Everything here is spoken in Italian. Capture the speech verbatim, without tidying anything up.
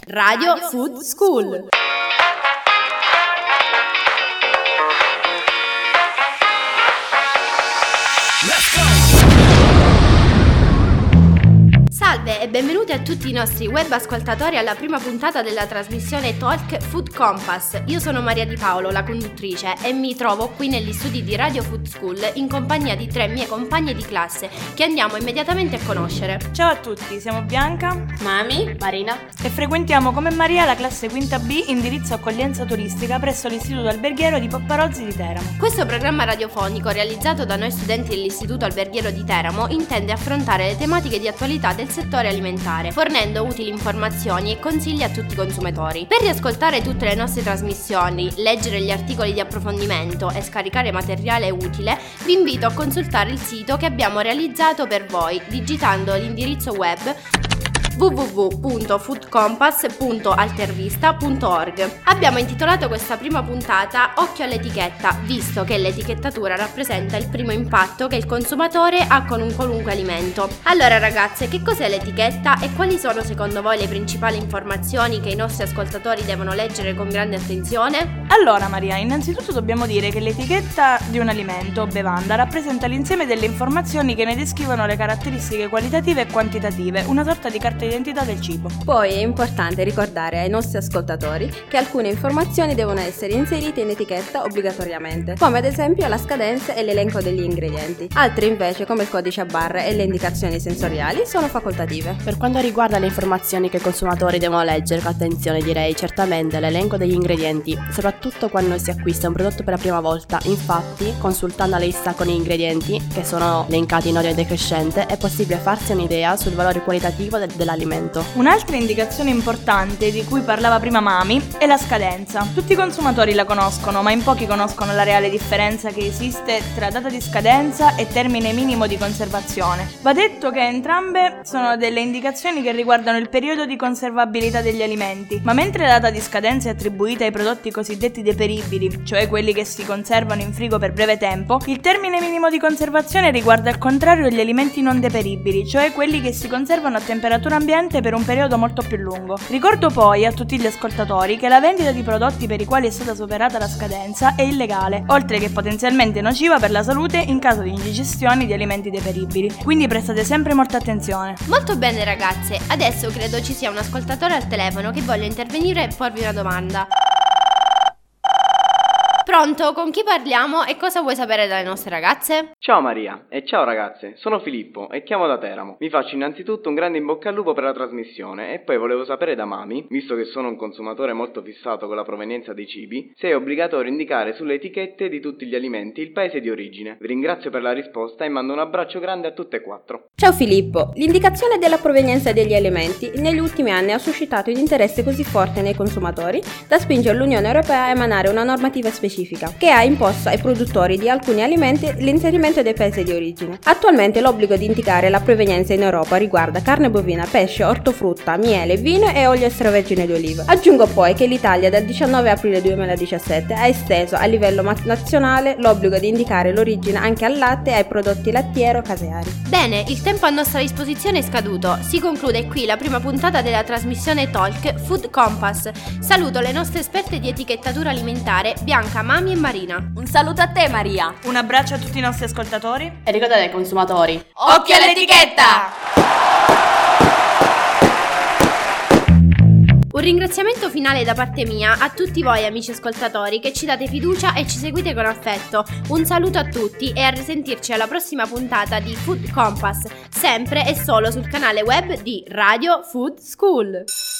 Radio, Radio Food School. Salve e benvenuti a tutti i nostri web ascoltatori alla prima puntata della trasmissione Talk Food Compass. Io sono Maria Di Paolo, la conduttrice, e mi trovo qui negli studi di Radio Food School in compagnia di tre mie compagne di classe che andiamo immediatamente a conoscere. Ciao a tutti, siamo Bianca, Mami, Marina e frequentiamo come Maria la classe quinta B indirizzo accoglienza turistica presso l'Istituto Alberghiero di Popparozzi di Teramo. Questo programma radiofonico realizzato da noi studenti dell'Istituto Alberghiero di Teramo intende affrontare le tematiche di attualità del settore alimentare, fornendo utili informazioni e consigli a tutti i consumatori. Per riascoltare tutte le nostre trasmissioni, leggere gli articoli di approfondimento e scaricare materiale utile, vi invito a consultare il sito che abbiamo realizzato per voi, digitando l'indirizzo web w w w punto food compass punto altervista punto org. Abbiamo intitolato questa prima puntata Occhio all'etichetta, visto che l'etichettatura rappresenta il primo impatto che il consumatore ha con un qualunque alimento. Allora ragazze, che cos'è l'etichetta e quali sono secondo voi le principali informazioni che i nostri ascoltatori devono leggere con grande attenzione? Allora Maria, innanzitutto dobbiamo dire che l'etichetta di un alimento o bevanda rappresenta l'insieme delle informazioni che ne descrivono le caratteristiche qualitative e quantitative, una sorta di carta identità del cibo. Poi è importante ricordare ai nostri ascoltatori che alcune informazioni devono essere inserite in etichetta obbligatoriamente, come ad esempio la scadenza e l'elenco degli ingredienti. Altre invece, come il codice a barre e le indicazioni sensoriali, sono facoltative. Per quanto riguarda le informazioni che i consumatori devono leggere con attenzione, direi certamente l'elenco degli ingredienti, soprattutto quando si acquista un prodotto per la prima volta. Infatti, consultando la lista con gli ingredienti, che sono elencati in ordine decrescente, è possibile farsi un'idea sul valore qualitativo de- dell'alimento. Un'altra indicazione importante di cui parlava prima Mami è la scadenza. Tutti i consumatori la conoscono, ma in pochi conoscono la reale differenza che esiste tra data di scadenza e termine minimo di conservazione. Va detto che entrambe sono delle indicazioni che riguardano il periodo di conservabilità degli alimenti, ma mentre la data di scadenza è attribuita ai prodotti cosiddetti deperibili, cioè quelli che si conservano in frigo per breve tempo, il termine minimo di conservazione riguarda al contrario gli alimenti non deperibili, cioè quelli che si conservano a temperatura ambiente per un periodo molto più lungo. Ricordo poi a tutti gli ascoltatori che la vendita di prodotti per i quali è stata superata la scadenza è illegale, oltre che potenzialmente nociva per la salute in caso di indigestione di alimenti deperibili. Quindi prestate sempre molta attenzione. Molto bene ragazze, adesso credo ci sia un ascoltatore al telefono che voglia intervenire e porvi una domanda. Pronto, con chi parliamo e cosa vuoi sapere dalle nostre ragazze? Ciao Maria e ciao ragazze, sono Filippo e chiamo da Teramo. Vi faccio innanzitutto un grande in bocca al lupo per la trasmissione e poi volevo sapere da Mami, visto che sono un consumatore molto fissato con la provenienza dei cibi, se è obbligatorio indicare sulle etichette di tutti gli alimenti il paese di origine. Vi ringrazio per la risposta e mando un abbraccio grande a tutte e quattro. Ciao Filippo, l'indicazione della provenienza degli alimenti negli ultimi anni ha suscitato un interesse così forte nei consumatori da spingere l'Unione Europea a emanare una normativa specifica che ha imposto ai produttori di alcuni alimenti l'inserimento dei paesi di origine. Attualmente l'obbligo di indicare la provenienza in Europa riguarda carne bovina, pesce, ortofrutta, miele, vino e olio extravergine di oliva. Aggiungo poi che l'Italia dal diciannove aprile duemiladiciassette ha esteso a livello nazionale l'obbligo di indicare l'origine anche al latte e ai prodotti lattiero-caseari. Bene, il tempo a nostra disposizione è scaduto. Si conclude qui la prima puntata della trasmissione Talk Food Compass. Saluto le nostre esperte di etichettatura alimentare, Bianca, Mami e Marina. Un saluto a te Maria. Un abbraccio a tutti i nostri ascoltatori. E ricordate ai consumatori: occhio all'etichetta! Un ringraziamento finale da parte mia a tutti voi amici ascoltatori che ci date fiducia e ci seguite con affetto. Un saluto a tutti e a risentirci alla prossima puntata di Food Compass, sempre e solo sul canale web di Radio Food School.